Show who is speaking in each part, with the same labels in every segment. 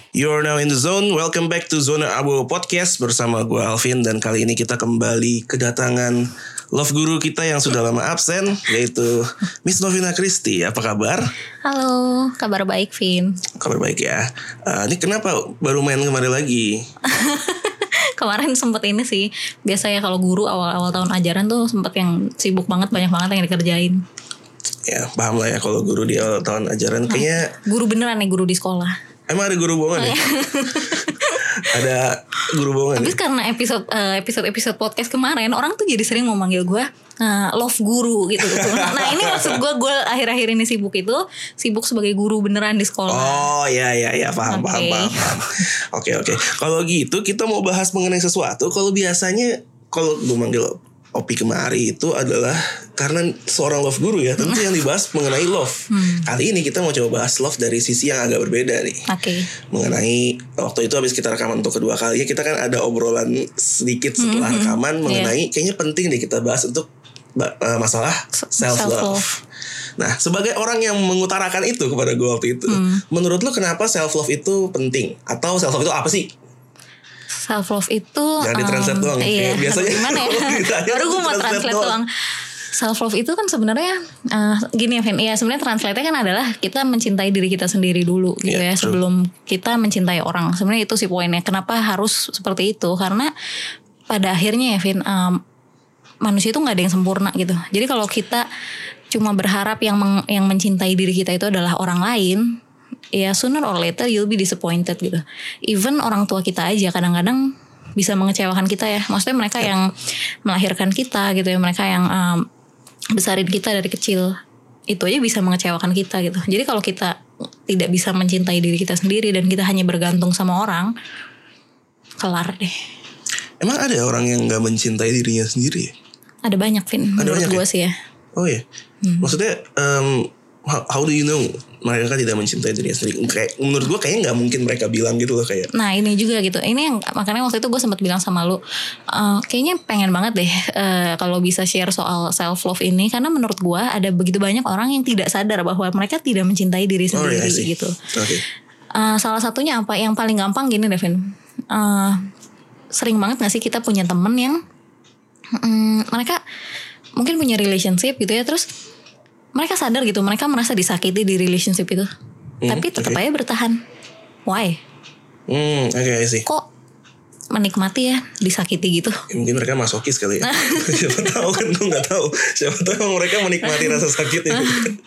Speaker 1: You're now in the zone. Welcome back to Zona Abu Podcast bersama gue Alvin. Dan kali ini kita kembali kedatangan love guru kita yang sudah lama absen, yaitu Miss Novina Christy. Apa kabar?
Speaker 2: Halo, kabar baik Vin.
Speaker 1: Kabar baik ya. Ini kenapa baru main kemarin lagi?
Speaker 2: Kemarin sempet ini sih. Biasanya kalau guru awal-awal tahun ajaran tuh sempet yang sibuk banget, banyak banget yang dikerjain.
Speaker 1: Ya paham lah ya kalau guru di awal tahun ajaran. Kayaknya
Speaker 2: guru beneran nih, guru di sekolah.
Speaker 1: Emang ada guru bohongan ya? Ada guru bohongan.
Speaker 2: Tapi karena episode podcast kemarin, orang tuh jadi sering mau manggil gue love guru gitu. Nah ini maksud gue akhir-akhir ini sibuk sebagai guru beneran di sekolah.
Speaker 1: Oh ya paham. Oke. Kalau gitu kita mau bahas mengenai sesuatu. Kalau biasanya kalau gue manggil Opi kemari itu adalah karena seorang love guru ya, tentu yang dibahas mengenai love. Kali ini kita mau coba bahas love dari sisi yang agak berbeda nih.
Speaker 2: Oke.
Speaker 1: Mengenai waktu itu habis kita rekaman untuk kedua kalinya, kita kan ada obrolan sedikit setelah rekaman mengenai kayaknya penting deh kita bahas untuk masalah self love. Nah, sebagai orang yang mengutarakan itu kepada gue waktu itu, menurut lo kenapa self love itu penting? Atau self love itu apa sih?
Speaker 2: Self love itu
Speaker 1: jangan ditranslate doang.
Speaker 2: Iya,
Speaker 1: biasanya
Speaker 2: gimana ya? Baru gue mau translate doang. Self love itu kan sebenarnya gini ya Vin. Iya, sebenarnya translate-nya kan adalah kita mencintai diri kita sendiri dulu gitu ya, sebelum kita mencintai orang. Sebenarnya itu sih poinnya. Kenapa harus seperti itu? Karena pada akhirnya ya Vin, manusia itu nggak ada yang sempurna gitu. Jadi kalau kita cuma berharap yang mencintai diri kita itu adalah orang lain, ya sooner or later you'll be disappointed gitu. Even orang tua kita aja kadang-kadang bisa mengecewakan kita ya. Maksudnya mereka yang melahirkan kita gitu ya, mereka yang besarin kita dari kecil, itu aja bisa mengecewakan kita gitu. Jadi kalau kita tidak bisa mencintai diri kita sendiri dan kita hanya bergantung sama orang, kelar deh.
Speaker 1: Emang ada orang yang gak mencintai dirinya sendiri?
Speaker 2: Ada banyak Vin, menurut gue sih ya.
Speaker 1: Oh ya, maksudnya how do you know mereka tidak mencintai dirinya sendiri? Kayak menurut gue kayaknya nggak mungkin mereka bilang gitu loh kayak.
Speaker 2: Nah ini juga gitu. Ini yang makanya waktu itu gue sempat bilang sama lu, kayaknya pengen banget deh kalau bisa share soal self love ini, karena menurut gue ada begitu banyak orang yang tidak sadar bahwa mereka tidak mencintai diri sendiri gitu. Okay. Salah satunya apa? Yang paling gampang gini Devin. Sering banget nggak sih kita punya temen yang mereka mungkin punya relationship gitu ya, terus mereka sadar gitu, mereka merasa disakiti di relationship itu, tapi tetap aja bertahan. Why?
Speaker 1: I see.
Speaker 2: Kok menikmati ya disakiti gitu?
Speaker 1: Ya, mungkin mereka masokis kali ya. Siapa tahu kan, gue nggak tahu. Siapa tahu emang mereka menikmati rasa sakit itu.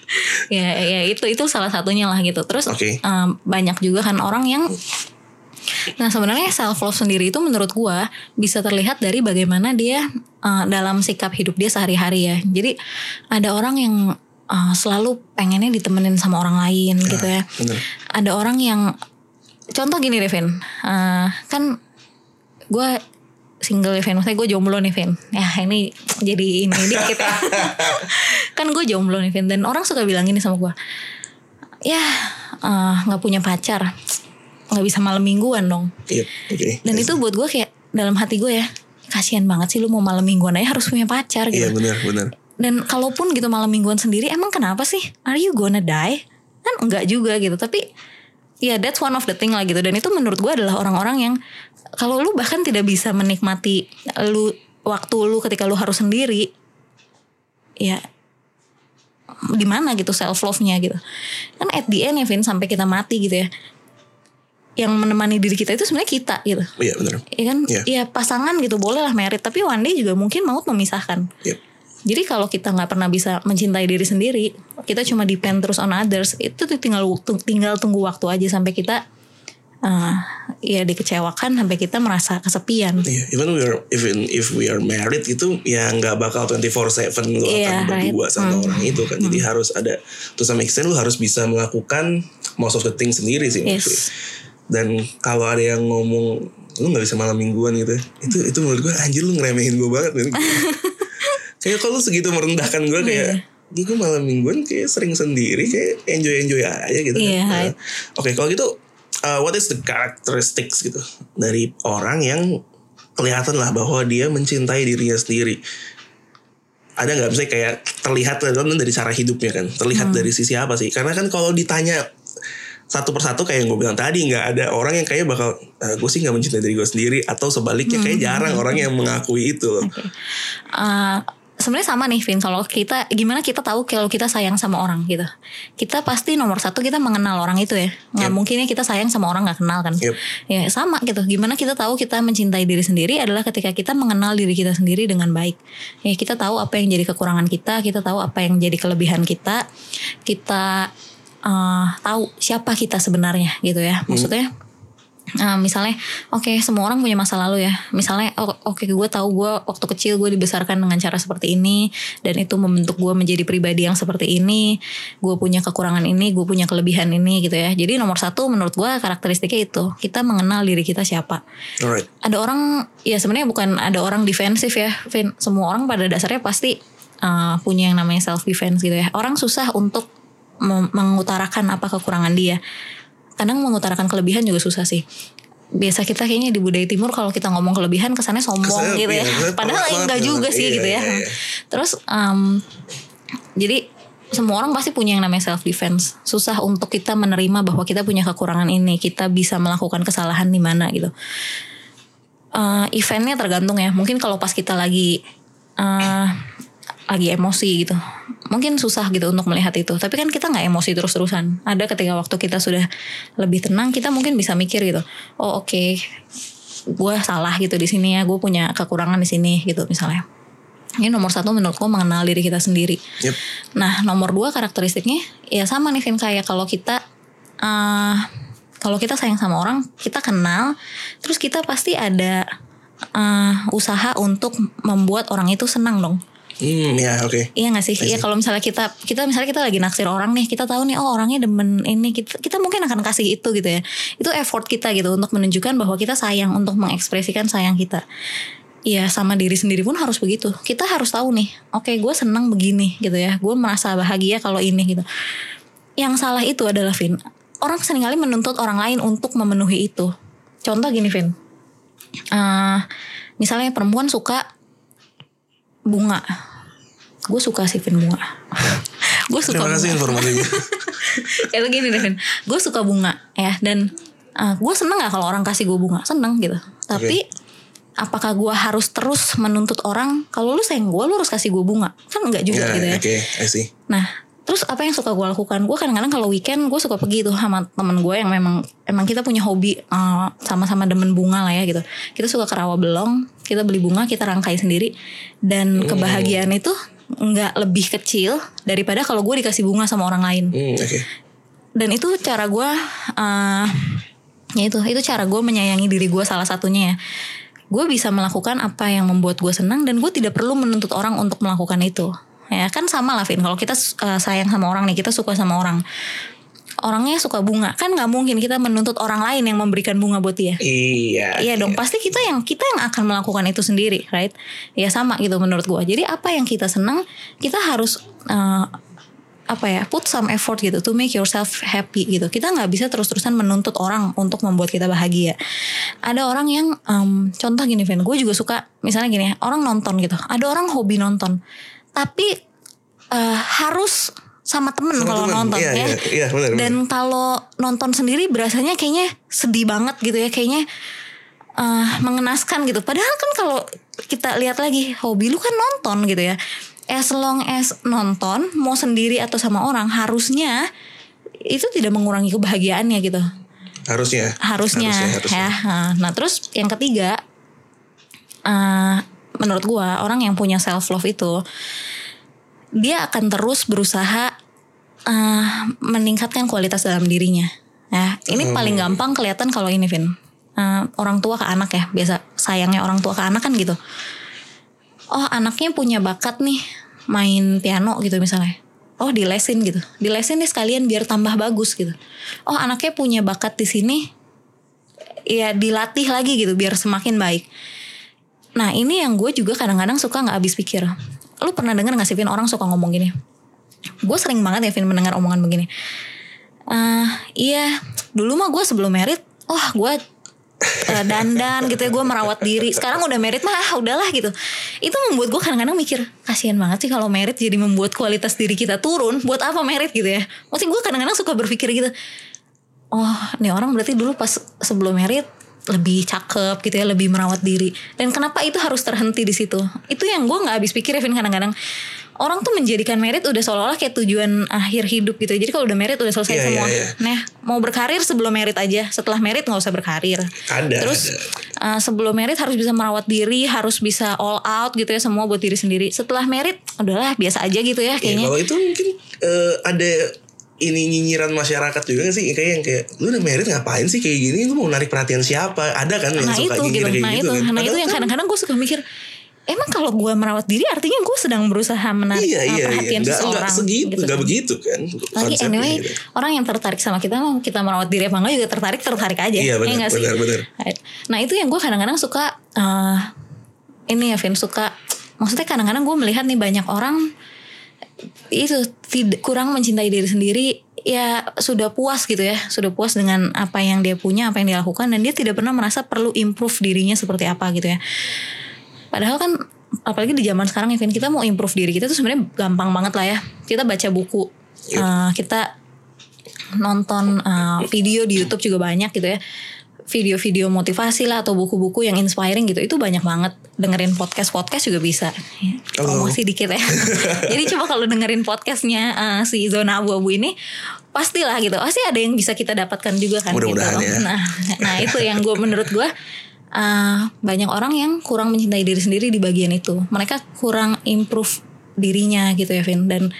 Speaker 2: ya itu salah satunya lah gitu. Terus banyak juga kan orang yang, nah sebenarnya self love sendiri itu menurut gue bisa terlihat dari bagaimana dia dalam sikap hidup dia sehari-hari ya. Jadi ada orang yang selalu pengennya ditemenin sama orang lain gitu ya.
Speaker 1: Bener.
Speaker 2: Ada orang yang, contoh gini deh Vin, kan gue single ya Vin, maksudnya gue jomblo nih Vin. Ya ini jadi ini dikit ya. Kan gue jomblo nih Vin, dan orang suka bilang gini sama gue, ya gak punya pacar, gak bisa malam mingguan dong.
Speaker 1: Iya,
Speaker 2: Dan itu buat gue kayak dalam hati gue ya, kasian banget sih lu mau malam mingguan aja harus punya pacar gitu.
Speaker 1: Iya benar.
Speaker 2: Dan kalaupun gitu malam mingguan sendiri, emang kenapa sih? Are you gonna die? Kan enggak juga gitu. Tapi ya that's one of the thing lah gitu. Dan itu menurut gue adalah orang-orang yang kalau lu bahkan tidak bisa menikmati waktu lu ketika lu harus sendiri, ya di mana gitu self love-nya gitu. Kan at the end ya Vin, sampai kita mati gitu ya, yang menemani diri kita itu sebenarnya kita gitu.
Speaker 1: Iya benar.
Speaker 2: Iya kan? Iya pasangan gitu, boleh lah married, tapi one day juga mungkin maut memisahkan. Yep. Jadi kalau kita nggak pernah bisa mencintai diri sendiri, kita cuma depend terus on others, itu tuh tinggal tunggu waktu aja sampai kita ya dikecewakan, sampai kita merasa kesepian.
Speaker 1: Even if we are married gitu, ya nggak bakal 24/7 lu akan berdua sama orang itu kan. Jadi harus ada, to some extent lu harus bisa melakukan most of the things sendiri sih.
Speaker 2: Yes.
Speaker 1: Dan kalau ada yang ngomong lu nggak bisa malam mingguan gitu, itu menurut gue anjir lu ngeremehin gue banget kan. Kayak kalau segitu merendahkan gue kayak, gue malam mingguan kayak sering sendiri, kayak enjoy aja gitu. Oke, kalau gitu, what is the characteristics gitu dari orang yang kelihatan lah bahwa dia mencintai dirinya sendiri? Ada nggak misalnya kayak terlihat dari cara hidupnya kan? Terlihat dari sisi apa sih? Karena kan kalau ditanya satu persatu kayak yang gue bilang tadi, nggak ada orang yang kayak bakal gue sih nggak mencintai diri gue sendiri, atau sebaliknya kayak jarang orang yang mengakui itu loh.
Speaker 2: Okay. Sebenarnya sama nih Vin, kalau kita gimana kita tahu kalau kita sayang sama orang gitu. Kita pasti nomor satu kita mengenal orang itu ya. Nggak mungkin ya kita sayang sama orang nggak kenal kan. Ya sama gitu. Gimana kita tahu kita mencintai diri sendiri adalah ketika kita mengenal diri kita sendiri dengan baik. Ya kita tahu apa yang jadi kekurangan kita tahu apa yang jadi kelebihan kita tahu siapa kita sebenarnya gitu ya. Maksudnya misalnya semua orang punya masa lalu ya. Misalnya gue tahu gue waktu kecil gue dibesarkan dengan cara seperti ini, dan itu membentuk gue menjadi pribadi yang seperti ini. Gue punya kekurangan ini, gue punya kelebihan ini gitu ya. Jadi nomor satu menurut gue karakteristiknya itu, kita mengenal diri kita siapa.
Speaker 1: Alright.
Speaker 2: Ada orang ya sebenarnya bukan ada orang defensif ya Vin. Semua orang pada dasarnya pasti punya yang namanya self defense gitu ya. Orang susah untuk mengutarakan apa kekurangan dia. Kadang mengutarakan kelebihan juga susah sih. Biasa kita kayaknya di budaya timur kalau kita ngomong kelebihan kesannya sombong gitu ya. Padahal enggak juga sih gitu ya. Terus jadi semua orang pasti punya yang namanya self defense. Susah untuk kita menerima bahwa kita punya kekurangan ini, kita bisa melakukan kesalahan di mana gitu. Eventnya tergantung ya. Mungkin kalau pas kita lagi emosi gitu, mungkin susah gitu untuk melihat itu. Tapi kan kita gak emosi terus-terusan. Ada ketika waktu kita sudah lebih tenang, kita mungkin bisa mikir gitu, gue salah gitu di sini ya, gue punya kekurangan di sini gitu misalnya. Ini nomor satu menurutku mengenal diri kita sendiri. Nah nomor dua karakteristiknya ya sama nih Vin, kayak kalau kita sayang sama orang, kita kenal, terus kita pasti ada usaha untuk membuat orang itu senang dong.
Speaker 1: Ya oke.
Speaker 2: Iya nggak sih? Iya kalau misalnya kita misalnya kita lagi naksir orang nih, kita tahu nih orangnya demen ini, kita mungkin akan kasih itu gitu ya. Itu effort kita gitu untuk menunjukkan bahwa kita sayang, untuk mengekspresikan sayang kita. Iya sama diri sendiri pun harus begitu. Kita harus tahu nih, gue senang begini gitu ya, gue merasa bahagia kalau ini gitu. Yang salah itu adalah Vin, orang seringkali menuntut orang lain untuk memenuhi itu. Contoh gini Vin, misalnya perempuan suka bunga, gue suka sih Vin bunga. Gue suka. Terima kasih informasinya. Kayak gini deh Vin, gue suka bunga ya, dan gue seneng gak kalau orang kasih gue bunga? Seneng gitu. Tapi apakah gue harus terus menuntut orang, kalau lu sayang gue lu harus kasih gue bunga? Kan enggak juga gitu ya.
Speaker 1: I see.
Speaker 2: Nah terus apa yang suka gue lakukan? Gue kadang-kadang kalau weekend gue suka pergi tuh sama temen gue yang memang kita punya hobi sama-sama demen bunga lah ya gitu. Kita suka ke Rawabelong, kita beli bunga, kita rangkai sendiri, dan kebahagiaan itu nggak lebih kecil daripada kalau gue dikasih bunga sama orang lain. Dan itu cara gue, itu cara gue menyayangi diri gue salah satunya ya. Gue bisa melakukan apa yang membuat gue senang, dan gue tidak perlu menuntut orang untuk melakukan itu. Ya kan sama lah Vin, kalau kita sayang sama orang nih, kita suka sama orang, orangnya suka bunga, kan nggak mungkin kita menuntut orang lain yang memberikan bunga buat dia. Iya dong, pasti kita yang akan melakukan itu sendiri, right? Ya sama gitu menurut gue. Jadi apa yang kita senang, kita harus put some effort gitu to make yourself happy gitu. Kita nggak bisa terus-terusan menuntut orang untuk membuat kita bahagia. Ada orang yang contoh gini Vin, gue juga suka misalnya gini, orang nonton gitu. Ada orang hobi nonton, tapi harus sama temen kalau nonton ya.
Speaker 1: Benar.
Speaker 2: Dan kalau nonton sendiri berasanya kayaknya sedih banget gitu ya, kayaknya mengenaskan gitu. Padahal kan kalau kita lihat lagi, hobi lu kan nonton gitu ya. As long as nonton, mau sendiri atau sama orang, harusnya itu tidak mengurangi kebahagiaannya gitu. Harusnya. Ya. Nah terus yang ketiga, menurut gue orang yang punya self love itu, dia akan terus berusaha meningkatkan kualitas dalam dirinya. Ya, ini paling gampang kelihatan kalau ini Vin, orang tua ke anak ya, biasa sayangnya orang tua ke anak kan gitu. Anaknya punya bakat nih main piano gitu misalnya. Dilesin gitu, dilesin deh sekalian biar tambah bagus gitu. Anaknya punya bakat di sini, ya dilatih lagi gitu biar semakin baik. Nah ini yang gue juga kadang-kadang suka gak habis pikir. Lu pernah denger gak sih Vin, orang suka ngomong gini? Gue sering banget ya Vin mendengar omongan begini. Iya dulu mah gue sebelum married, gue dandan gitu ya, gue merawat diri. Sekarang udah married mah udahlah gitu. Itu membuat gue kadang-kadang mikir, kasian banget sih kalau married jadi membuat kualitas diri kita turun. Buat apa married gitu ya? Maksudnya gue kadang-kadang suka berpikir gitu. oh nih orang berarti dulu pas sebelum married lebih cakep gitu ya, lebih merawat diri. Dan kenapa itu harus terhenti di situ? Itu yang gue nggak habis pikir ya, Vin. Kadang-kadang orang tuh menjadikan merit udah seolah-olah kayak tujuan akhir hidup gitu. Jadi kalau udah merit udah selesai semua. Nah, mau berkarir sebelum merit aja. Setelah merit nggak usah berkarir. Terus sebelum merit harus bisa merawat diri, harus bisa all out gitu ya, semua buat diri sendiri. Setelah merit udahlah biasa aja gitu ya kayaknya.
Speaker 1: Kalau itu mungkin ada ini nyinyiran masyarakat juga gak sih, kayak yang kayak lu udah married ngapain sih kayak gini, lu mau narik perhatian siapa, ada kan yang suka nyinyir kayak gitu kan.
Speaker 2: Nah itu yang kadang-kadang gue suka mikir, emang kalau gue merawat diri artinya gue sedang berusaha menarik perhatian seseorang.
Speaker 1: Nggak segitu,
Speaker 2: gitu
Speaker 1: nggak
Speaker 2: kan.
Speaker 1: begitu kan.
Speaker 2: Lagi anyway gitu. Orang yang tertarik sama kita, mau kita merawat diri apa enggak juga tertarik aja.
Speaker 1: Iya benar.
Speaker 2: Nah itu yang gue kadang-kadang suka ini ya Vin, suka, maksudnya kadang-kadang gue melihat nih banyak orang itu kurang mencintai diri sendiri, ya sudah puas gitu ya, sudah puas dengan apa yang dia punya, apa yang dia lakukan, dan dia tidak pernah merasa perlu improve dirinya seperti apa gitu ya. Padahal kan apalagi di zaman sekarang ya Vin, kita mau improve diri kita tuh sebenarnya gampang banget lah ya. Kita baca buku, kita nonton video di YouTube juga banyak gitu ya, video-video motivasi lah atau buku-buku yang inspiring gitu, itu banyak banget. Dengerin podcast juga bisa. Promosi dikit ya. Jadi coba kalau dengerin podcastnya si Zona Abu-Abu ini, pastilah gitu, pasti ada yang bisa kita dapatkan juga kan.
Speaker 1: Mudah-mudahan
Speaker 2: gitu.
Speaker 1: Ya.
Speaker 2: Nah itu yang menurut gue banyak orang yang kurang mencintai diri sendiri di bagian itu. Mereka kurang improve dirinya gitu ya Vin. Dan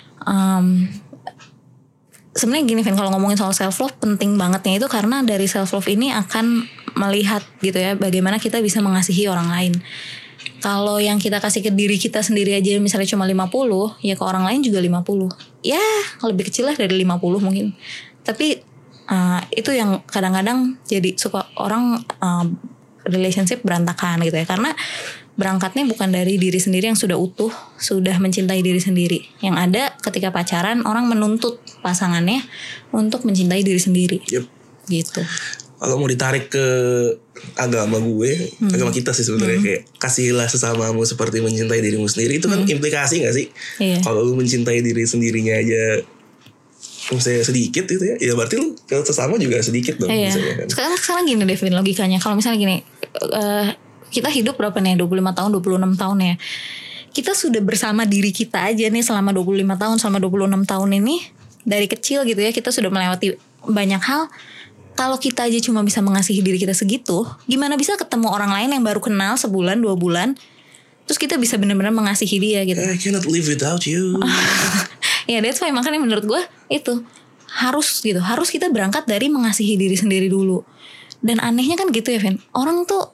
Speaker 2: sebenarnya gini Vin, kalau ngomongin soal self love penting bangetnya itu karena dari self love ini akan melihat gitu ya bagaimana kita bisa mengasihi orang lain. Kalau yang kita kasih ke diri kita sendiri aja misalnya cuma 50, ya ke orang lain juga 50. Ya lebih kecil lah dari 50 mungkin. Tapi itu yang kadang-kadang jadi suka orang relationship berantakan gitu ya, karena berangkatnya bukan dari diri sendiri yang sudah utuh, sudah mencintai diri sendiri. Yang ada ketika pacaran orang menuntut pasangannya untuk mencintai diri sendiri. Gitu.
Speaker 1: Kalau mau ditarik ke agama gue, agama kita sih sebenarnya kayak kasihilah sesamamu seperti mencintai dirimu sendiri, itu kan implikasi nggak sih?
Speaker 2: Iya.
Speaker 1: Kalau lu mencintai diri sendirinya aja misalnya sedikit gitu ya berarti lu ke sesama juga sedikit dong.
Speaker 2: Iya.
Speaker 1: Kan?
Speaker 2: Sekarang gini Devin, logikanya kalau misalnya gini, kita hidup berapa nih, 25 tahun 26 tahun ya, kita sudah bersama diri kita aja nih selama 25 tahun, selama 26 tahun ini, dari kecil gitu ya kita sudah melewati banyak hal. Kalau kita aja cuma bisa mengasihi diri kita segitu, gimana bisa ketemu orang lain yang baru kenal sebulan 2 bulan, terus kita bisa benar-benar mengasihi dia gitu.
Speaker 1: I cannot live without you.
Speaker 2: Ya that's why makanya menurut gue itu harus gitu, harus kita berangkat dari mengasihi diri sendiri dulu. Dan anehnya kan gitu ya Vin, orang tuh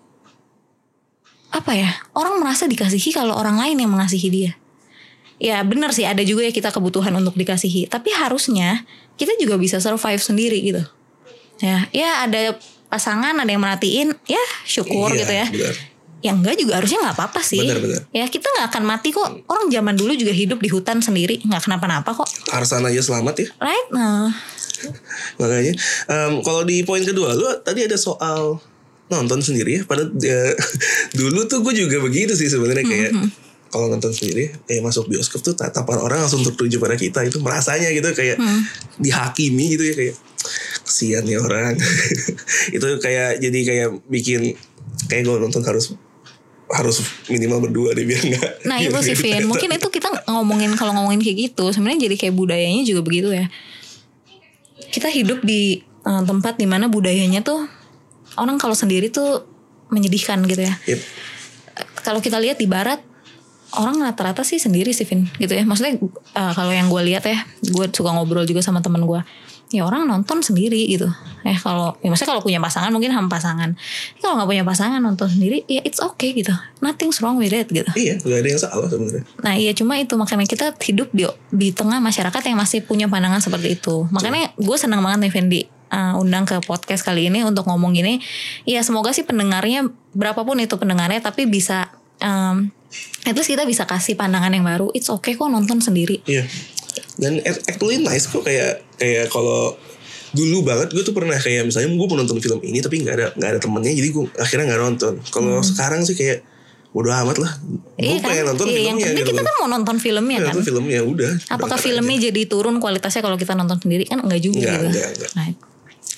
Speaker 2: apa ya, orang merasa dikasihi kalau orang lain yang mengasihi dia. Ya benar sih, ada juga ya kita kebutuhan untuk dikasihi, tapi harusnya kita juga bisa survive sendiri gitu. Ya ada pasangan, ada yang merhatiin, ya syukur gitu ya.
Speaker 1: Benar.
Speaker 2: Yang enggak juga harusnya nggak apa-apa sih.
Speaker 1: Benar.
Speaker 2: Ya kita nggak akan mati kok. Orang zaman dulu juga hidup di hutan sendiri, nggak kenapa-napa kok.
Speaker 1: Tarzan aja selamat ya.
Speaker 2: Right? Nah.
Speaker 1: Makanya kalau di poin kedua lu tadi ada soal nonton sendiri ya. Padahal dulu tuh gue juga begitu sih sebenarnya, kayak kalau nonton sendiri kayak masuk bioskop tuh tatapan orang langsung tertuju pada kita, itu merasanya gitu kayak dihakimi gitu ya, kayak kesian nih orang. Itu kayak jadi kayak bikin kayak gue nonton harus minimal berdua deh biar nggak.
Speaker 2: Nah itu sih Vin, mungkin itu kita kalau ngomongin kayak gitu sebenarnya jadi kayak budayanya juga begitu ya. Kita hidup di tempat dimana budayanya tuh orang kalau sendiri tuh menyedihkan gitu ya. Kalau kita lihat di barat, orang rata-rata sih sendiri sih Vin gitu ya. Maksudnya kalau yang gue lihat ya, gue suka ngobrol juga sama teman gue, ya orang nonton sendiri gitu. Kalau ya maksudnya kalau punya pasangan mungkin sama pasangan. Kalau nggak punya pasangan nonton sendiri, ya it's okay gitu. Nothing's wrong with it gitu.
Speaker 1: Iya, nggak ada yang salah sebenarnya.
Speaker 2: Nah iya, cuma itu makanya kita hidup di tengah masyarakat yang masih punya pandangan seperti itu. Makanya gue senang banget nih Fendi undang ke podcast kali ini untuk ngomong gini. Ya semoga sih pendengarnya, berapapun itu pendengarnya, tapi bisa at least kita bisa kasih pandangan yang baru. It's okay kok nonton sendiri.
Speaker 1: Iya. Dan actually nice kok, kayak kalau dulu banget gue tuh pernah kayak misalnya gue mau nonton film ini tapi nggak ada temennya, jadi gue akhirnya nggak nonton. Kalau sekarang sih kayak bodo amat lah. Gue pengen nonton filmnya.
Speaker 2: Yang penting
Speaker 1: gitu.
Speaker 2: Kita kan mau nonton filmnya kan.
Speaker 1: Nonton filmnya udah.
Speaker 2: Apakah filmnya aja jadi turun kualitasnya kalau kita nonton sendiri? Kan enggak juga gitu.
Speaker 1: Enggak.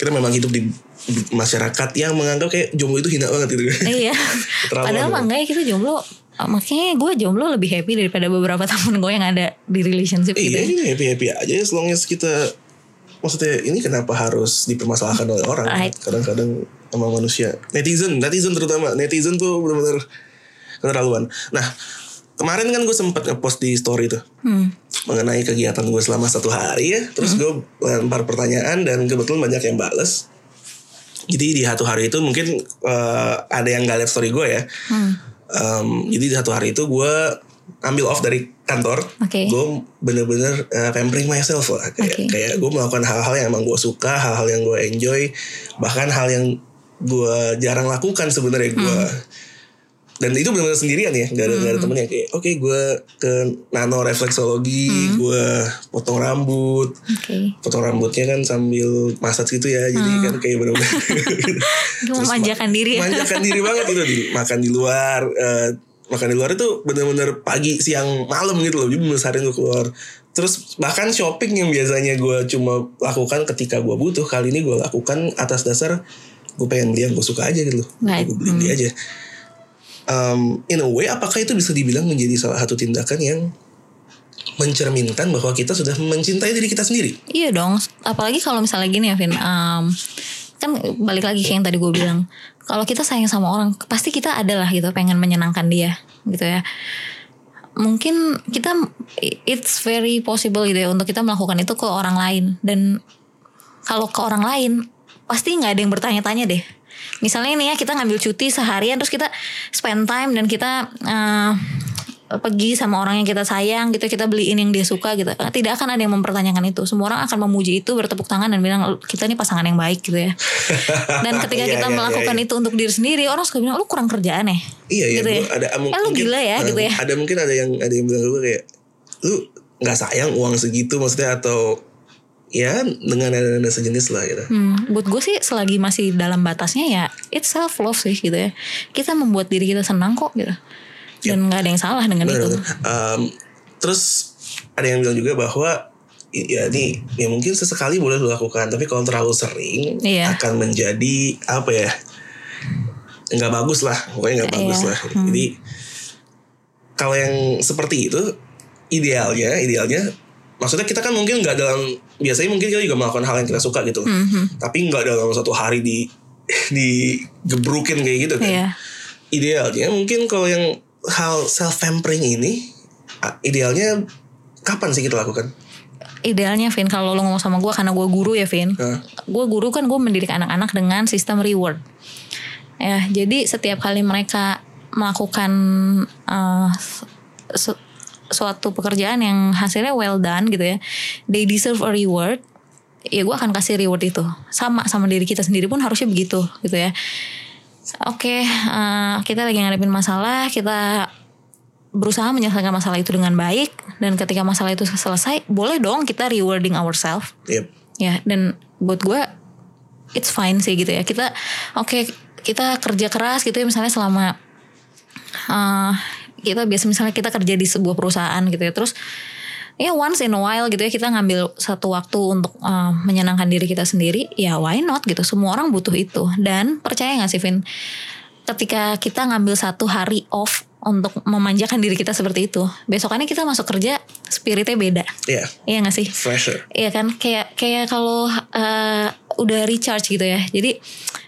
Speaker 1: kita memang hidup di masyarakat yang menganggap kayak jomblo itu hina banget gitu.
Speaker 2: Iya. Padahal mah enggak ya, kita jomblo. Makanya gue jomblo lebih happy daripada beberapa temen gue yang ada di relationship gitu.
Speaker 1: Iya, happy aja as long as kita, maksudnya ini kenapa harus dipermasalahkan oleh orang?
Speaker 2: Right.
Speaker 1: Kadang-kadang sama manusia, netizen terutama, netizen tuh benar-benar keterlaluan. Nah, kemarin kan gue sempat ngepost di story tuh mengenai kegiatan gue selama 1 hari ya. Terus gue lempar pertanyaan dan kebetulan banyak yang bales. Jadi di 1 hari itu mungkin ada yang gak liat story gue ya. Jadi di 1 hari itu gue ambil off dari kantor. Gue bener-bener pampering myself lah. Kayak gue melakukan hal-hal yang emang gue suka, hal-hal yang gue enjoy, bahkan hal yang gue jarang lakukan sebenarnya gue. Dan itu benar-benar sendirian ya, gak ada temennya. Kayak gue ke nano refleksologi, gue potong rambut. Potong rambutnya kan sambil massage gitu ya. Jadi kan kayak benar-benar
Speaker 2: memanjakan diri ya.
Speaker 1: Manjakan diri banget itu. Makan di luar. Makan di luar itu benar-benar pagi, siang, malam gitu loh. Jadi benar seharian gue keluar. Terus bahkan shopping yang biasanya gue cuma lakukan ketika gue butuh, kali ini gue lakukan atas dasar gue pengen beli yang gue suka aja gitu loh. Gue beli aja. In a way, apakah itu bisa dibilang menjadi salah satu tindakan yang mencerminkan bahwa kita sudah mencintai diri kita sendiri?
Speaker 2: Iya dong. Apalagi kalau misalnya gini ya Vin, kan balik lagi kayak yang tadi gue bilang, kalau kita sayang sama orang pasti kita adalah gitu pengen menyenangkan dia gitu ya. Mungkin kita, it's very possible gitu ya untuk kita melakukan itu ke orang lain. Dan kalau ke orang lain pasti gak ada yang bertanya-tanya deh. Misalnya nih ya, kita ngambil cuti seharian terus kita spend time dan kita pergi sama orang yang kita sayang gitu, kita beliin yang dia suka gitu. Tidak akan ada yang mempertanyakan itu. Semua orang akan memuji itu, bertepuk tangan dan bilang kita nih pasangan yang baik gitu ya. Dan ketika kita melakukan itu untuk diri sendiri, orang suka bilang lu kurang kerjaan ya.
Speaker 1: Iya
Speaker 2: gitu
Speaker 1: ya.
Speaker 2: Ada lu gila ya gitu ya.
Speaker 1: Ada yang bilang gue kayak lu nggak sayang uang segitu maksudnya, atau ya dengan ada sejenis lah gitu.
Speaker 2: Buat gue sih selagi masih dalam batasnya ya it's self love sih gitu ya. Kita membuat diri kita senang kok gitu. Dan gak ada yang salah dengan itu.
Speaker 1: Terus ada yang bilang juga bahwa ya ini ya mungkin sesekali boleh dilakukan, tapi kalau terlalu sering akan menjadi apa ya, nggak bagus lah, pokoknya nggak bagus lah. Jadi kalau yang seperti itu idealnya maksudnya kita kan mungkin nggak dalam, biasanya mungkin kita juga melakukan hal yang kita suka gitu, tapi nggak dalam 1 hari digebrukin kayak gitu kan. Idealnya mungkin kalau yang hal self pampering ini, idealnya kapan sih kita lakukan?
Speaker 2: Idealnya Vin, kalau lo ngomong sama gue, karena gue guru ya Vin, gue guru kan, gue mendidik anak-anak dengan sistem reward ya. Jadi setiap kali mereka melakukan suatu pekerjaan yang hasilnya well done gitu ya, they deserve a reward. Ya gue akan kasih reward itu. Sama diri kita sendiri pun harusnya begitu gitu ya. Oke, kita lagi ngadepin masalah, kita berusaha menyelesaikan masalah itu dengan baik, dan ketika masalah itu selesai, boleh dong kita rewarding ourselves. Ya, dan buat gue it's fine sih gitu ya. Kita kita kerja keras gitu ya, misalnya selama kita biasa misalnya kita kerja di sebuah perusahaan gitu ya, terus ya once in a while gitu ya kita ngambil satu waktu untuk menyenangkan diri kita sendiri, ya why not gitu. Semua orang butuh itu. Dan percaya gak sih Vin, ketika kita ngambil 1 hari off untuk memanjakan diri kita seperti itu, besokannya kita masuk kerja spiritnya beda. Iya gak sih?
Speaker 1: Fresher.
Speaker 2: Iya kan, kayak kalau udah recharge gitu ya. Jadi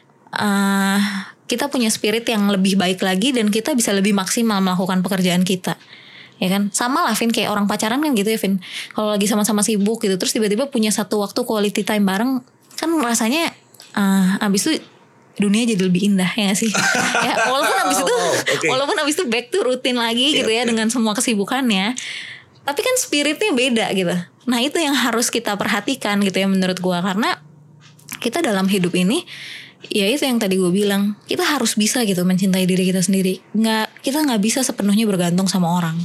Speaker 2: kita punya spirit yang lebih baik lagi, dan kita bisa lebih maksimal melakukan pekerjaan kita. Ya kan, sama lah Vin, kayak orang pacaran kan gitu ya Vin. Kalau lagi sama-sama sibuk gitu, terus tiba-tiba punya satu waktu quality time bareng, kan rasanya abis itu dunia jadi lebih indah, ya gak sih? Ya, walaupun abis itu back to rutin lagi gitu ya, dengan semua kesibukannya, tapi kan spiritnya beda gitu. Nah itu yang harus kita perhatikan gitu ya menurut gue. Karena kita dalam hidup ini, ya itu yang tadi gue bilang, kita harus bisa gitu mencintai diri kita sendiri. Kita nggak bisa sepenuhnya bergantung sama orang.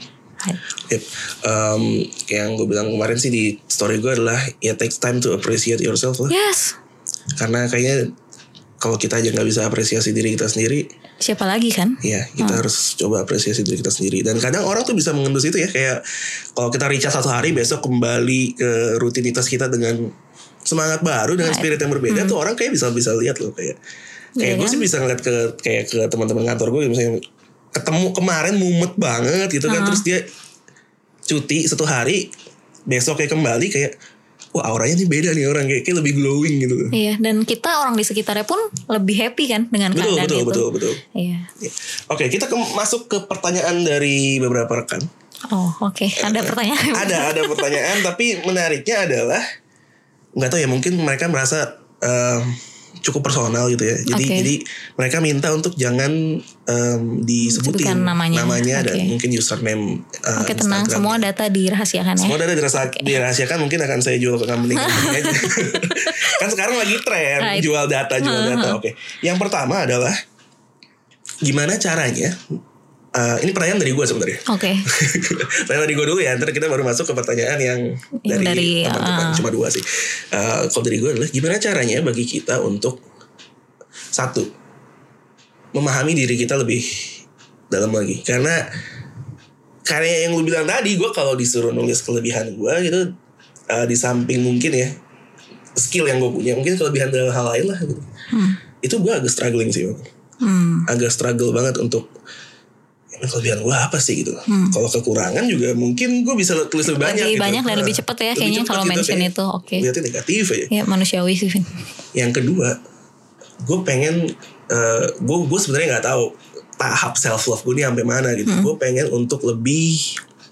Speaker 1: Kayak yang gue bilang kemarin sih di story gue adalah ya takes time to appreciate yourself lah.
Speaker 2: Yes.
Speaker 1: Karena kayaknya kalau kita aja nggak bisa apresiasi diri kita sendiri,
Speaker 2: siapa lagi kan?
Speaker 1: Iya, kita harus coba apresiasi diri kita sendiri. Dan kadang orang tuh bisa mengendus itu ya, kayak kalau kita recharge 1 hari, besok kembali ke rutinitas kita dengan semangat baru dengan spirit yang berbeda tuh orang kayak bisa lihat loh kayak gue sih bisa ngeliat ke teman-teman kantor gue misalnya ketemu kemarin mumet banget gitu kan, terus dia cuti 1 hari, besok kayak kembali kayak wah auranya nih beda nih orang kayak lebih glowing gitu.
Speaker 2: Iya, dan kita orang di sekitarnya pun lebih happy kan dengan keadaan itu.
Speaker 1: Betul.
Speaker 2: Iya.
Speaker 1: Oke, kita masuk ke pertanyaan dari beberapa rekan.
Speaker 2: Oh, oke. Ada pertanyaan.
Speaker 1: Ada pertanyaan, tapi menariknya adalah nggak tahu ya, mungkin mereka merasa cukup personal gitu ya. Jadi mereka minta untuk jangan disebutin namanya dan mungkin username.
Speaker 2: Oke, tenang, semua data dirahasiakan ya.
Speaker 1: Semua data dirahasiakan, mungkin akan saya jual ke company aja. Kan sekarang lagi tren jual data. Oke. Yang pertama adalah gimana caranya? Ini pertanyaan dari gue sebenarnya.
Speaker 2: Oke.
Speaker 1: Pertanyaan dari gue dulu ya. Ntar kita baru masuk ke pertanyaan yang dari teman-teman. Cuma 2 sih. Kalau dari gue adalah gimana caranya bagi kita untuk satu, memahami diri kita lebih dalam lagi. Karena yang lu bilang tadi, gue kalau disuruh nulis kelebihan gue gitu, di samping mungkin ya skill yang gue punya, mungkin kelebihan dalam hal lain lah gitu. Itu gue agak struggling sih. Agak struggle banget untuk kelebihan gue apa sih gitu. Kalau kekurangan juga mungkin gue bisa tulis lebih banyak
Speaker 2: gitu. Banyak dan lebih cepat ya kayaknya kalau mention itu. Oke.
Speaker 1: Lihatnya negatif ya.
Speaker 2: Ya manusiawi sih, Vin.
Speaker 1: Yang kedua, gue pengen gue sebenarnya nggak tahu tahap self love gue ini sampai mana gitu. Gue pengen untuk lebih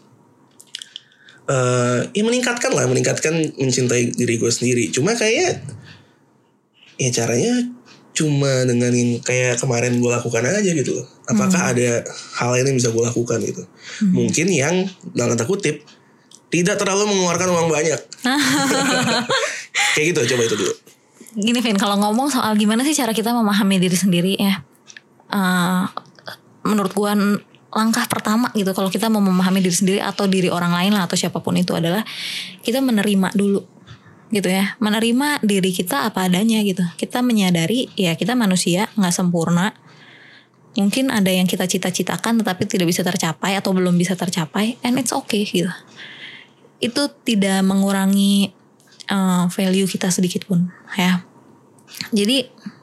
Speaker 1: meningkatkan mencintai diri gue sendiri. Cuma kayak ya caranya cuma dengan kayak kemarin gue lakukan aja gitu loh. Apakah ada hal lain yang bisa gue lakukan gitu. Mungkin yang dalam tanda kutip tidak terlalu mengeluarkan uang banyak. Kayak gitu, coba itu dulu.
Speaker 2: Gini Vin, kalau ngomong soal gimana sih cara kita memahami diri sendiri ya, menurut gue langkah pertama gitu kalau kita mau memahami diri sendiri atau diri orang lain lah atau siapapun itu adalah kita menerima dulu gitu ya, menerima diri kita apa adanya gitu. Kita menyadari ya kita manusia, nggak sempurna, mungkin ada yang kita cita-citakan tetapi tidak bisa tercapai atau belum bisa tercapai, and it's okay gitu. Itu tidak mengurangi value kita sedikit pun ya. Jadi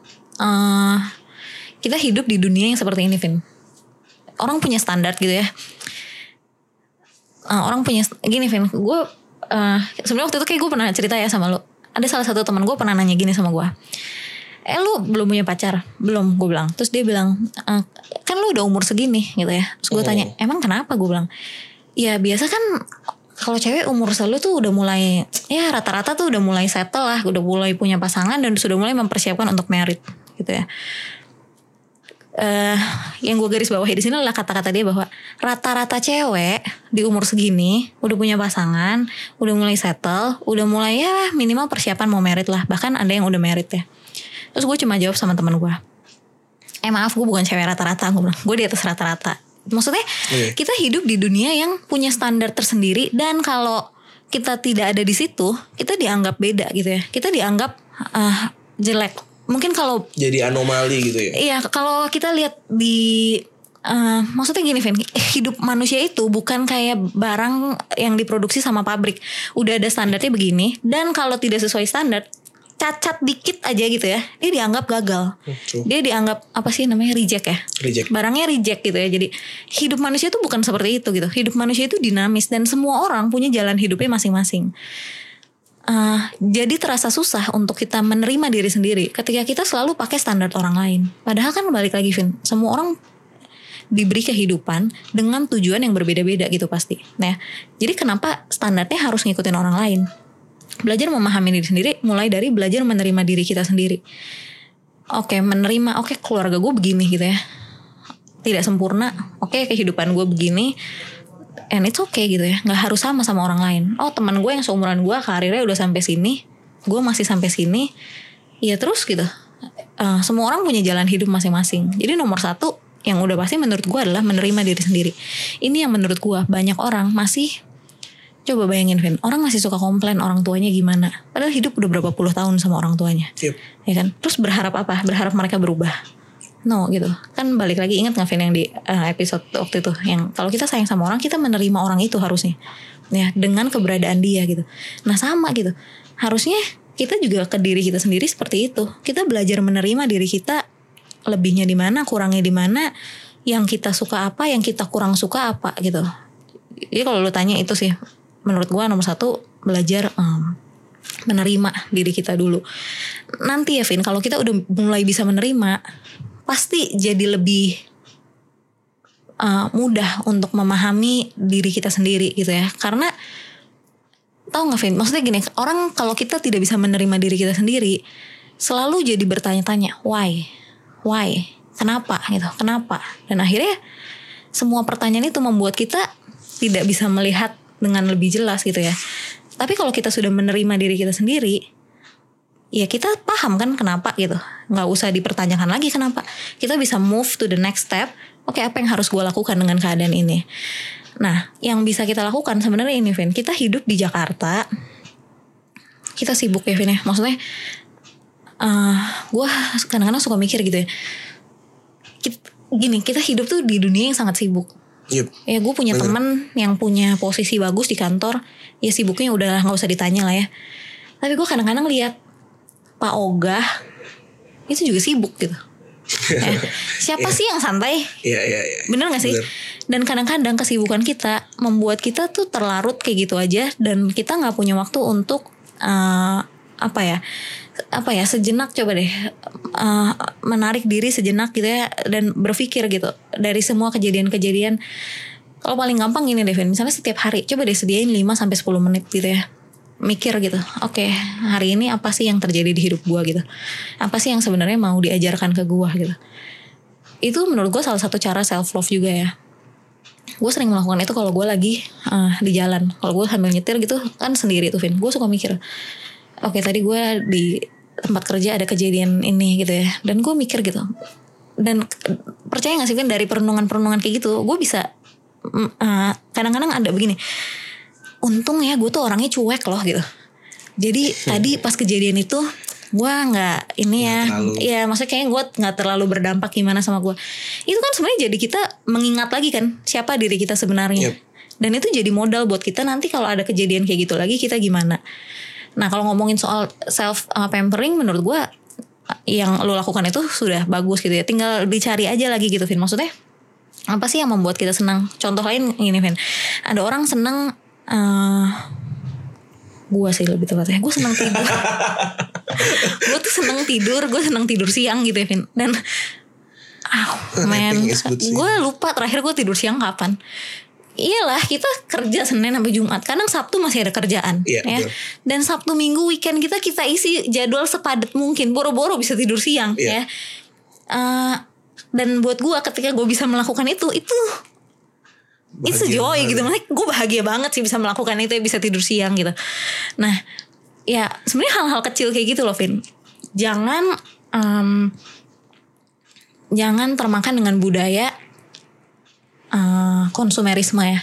Speaker 2: kita hidup di dunia yang seperti ini, Vin. Orang punya standar gitu ya. Orang punya gini, Vin. Gue sebenarnya waktu itu kayak gue pernah cerita ya sama lu. Ada salah satu teman gue pernah nanya gini sama gue. Lu belum punya pacar? Belum, gue bilang. Terus dia bilang, kan lu udah umur segini gitu ya. Terus gue tanya, emang kenapa? Gue bilang, ya biasa kan kalau cewek umur selalu tuh udah mulai, ya rata-rata tuh udah mulai settle lah, udah mulai punya pasangan dan sudah mulai mempersiapkan untuk married gitu ya. Yang gue garis bawahi di sini adalah kata-kata dia bahwa rata-rata cewek di umur segini udah punya pasangan, udah mulai settle, udah mulai ya minimal persiapan mau married lah, bahkan ada yang udah married ya. Terus gue cuma jawab sama teman gue, maaf gue bukan cewek rata-rata, gue di atas rata-rata. Maksudnya kita hidup di dunia yang punya standar tersendiri dan kalau kita tidak ada di situ, kita dianggap beda gitu ya. Kita dianggap jelek. Mungkin kalau
Speaker 1: jadi anomali gitu ya.
Speaker 2: Iya, kalau kita lihat di maksudnya gini, Vin, hidup manusia itu bukan kayak barang yang diproduksi sama pabrik. Udah ada standarnya begini dan kalau tidak sesuai standar, cacat dikit aja gitu ya, dia dianggap gagal. Dia dianggap apa sih namanya, reject ya. Barangnya reject gitu ya. Jadi hidup manusia itu bukan seperti itu gitu. Hidup manusia itu dinamis dan semua orang punya jalan hidupnya masing-masing. Jadi terasa susah untuk kita menerima diri sendiri ketika kita selalu pakai standar orang lain. Padahal kan balik lagi, Vin, semua orang diberi kehidupan dengan tujuan yang berbeda-beda gitu pasti. Nah, jadi kenapa standarnya harus ngikutin orang lain? Belajar memahami diri sendiri mulai dari belajar menerima diri kita sendiri. Oke, menerima, oke, keluarga gue begini gitu ya, tidak sempurna. Oke, kehidupan gue begini, and it's okay gitu ya, nggak harus sama orang lain. Oh, teman gue yang seumuran gue karirnya udah sampai sini, gue masih sampai sini, ya terus gitu. Semua orang punya jalan hidup masing-masing. Jadi nomor satu yang udah pasti menurut gue adalah menerima diri sendiri. Ini yang menurut gue banyak orang masih, coba bayangin, Vin, orang masih suka komplain orang tuanya gimana, padahal hidup udah berapa puluh tahun sama orang tuanya. Ya kan? Terus berharap apa? Berharap mereka berubah? No gitu. Kan balik lagi, ingat gak, Vin, yang di episode waktu itu, yang kalau kita sayang sama orang, kita menerima orang itu harusnya ya, dengan keberadaan dia gitu. Nah sama gitu, harusnya kita juga ke diri kita sendiri seperti itu. Kita belajar menerima diri kita, lebihnya di mana, kurangnya di mana, yang kita suka apa, yang kita kurang suka apa gitu. Jadi kalau lu tanya itu sih, menurut gue nomor 1 belajar menerima diri kita dulu. Nanti ya Vin, kalau kita udah mulai bisa menerima, pasti jadi lebih mudah untuk memahami diri kita sendiri gitu ya. Karena tahu nggak Vin, maksudnya gini, orang kalau kita tidak bisa menerima diri kita sendiri, selalu jadi bertanya-tanya why, kenapa gitu, kenapa, dan akhirnya semua pertanyaan itu membuat kita tidak bisa melihat dengan lebih jelas gitu ya. Tapi kalau kita sudah menerima diri kita sendiri, ya kita paham kan kenapa gitu, nggak usah dipertanyakan lagi kenapa. Kita bisa move to the next step. Oke, apa yang harus gue lakukan dengan keadaan ini? Nah, yang bisa kita lakukan sebenarnya ini Vin, kita hidup di Jakarta, kita sibuk ya Vin ya. Maksudnya, gue kadang-kadang suka mikir gitu ya. Kita hidup tuh di dunia yang sangat sibuk.
Speaker 1: Yep.
Speaker 2: Ya gue punya teman yang punya posisi bagus di kantor, ya sibuknya udah nggak usah ditanya lah ya. Tapi gue kadang-kadang lihat Pak Ogah itu juga sibuk gitu. Siapa sih yang santai? Bener gak sih? Bener. Dan kadang-kadang kesibukan kita membuat kita tuh terlarut kayak gitu aja, dan kita gak punya waktu untuk sejenak, coba deh menarik diri sejenak gitu ya, dan berpikir gitu dari semua kejadian-kejadian. Kalau paling gampang gini deh Vin, misalnya setiap hari coba deh sediain 5-10 menit gitu ya, mikir gitu, oke, hari ini apa sih yang terjadi di hidup gue gitu, apa sih yang sebenarnya mau diajarkan ke gue gitu. Itu menurut gue salah satu cara self love juga ya. Gue sering melakukan itu kalau gue lagi di jalan, kalau gue sambil nyetir gitu kan sendiri tuh Vin, gue suka mikir, oke, tadi gue di tempat kerja ada kejadian ini gitu ya, dan gue mikir gitu. Dan percaya gak sih Vin, dari perenungan kayak gitu gue bisa kadang-kadang ada begini, untung ya gue tuh orangnya cuek loh gitu. Jadi tadi pas kejadian itu gue nggak ini ya, ya maksudnya kayaknya gue nggak terlalu berdampak gimana sama gue. Itu kan sebenarnya jadi kita mengingat lagi kan siapa diri kita sebenarnya. Yep. Dan itu jadi modal buat kita nanti kalau ada kejadian kayak gitu lagi kita gimana. Nah kalau ngomongin soal self pampering, menurut gue yang lo lakukan itu sudah bagus gitu ya. Tinggal dicari aja lagi gitu Vin. Maksudnya apa sih yang membuat kita senang? Contoh lain ini Vin, ada orang senang, gue sih lebih tepatnya, gue senang tidur. Gue tuh senang tidur, gue senang tidur siang gitu ya Vin. Dan gue lupa terakhir gue tidur siang kapan. Iyalah, kita kerja Senin sampai Jumat, kadang Sabtu masih ada kerjaan ya. Dan Sabtu Minggu weekend kita isi jadwal sepadat mungkin, boro-boro bisa tidur siang ya. Dan buat gue ketika gue bisa melakukan itu it's a joy gitu. Maksudnya gue bahagia banget sih bisa melakukan itu ya, bisa tidur siang gitu. Nah ya sebenarnya hal-hal kecil kayak gitu loh Vin. Jangan termakan dengan budaya konsumerisme ya.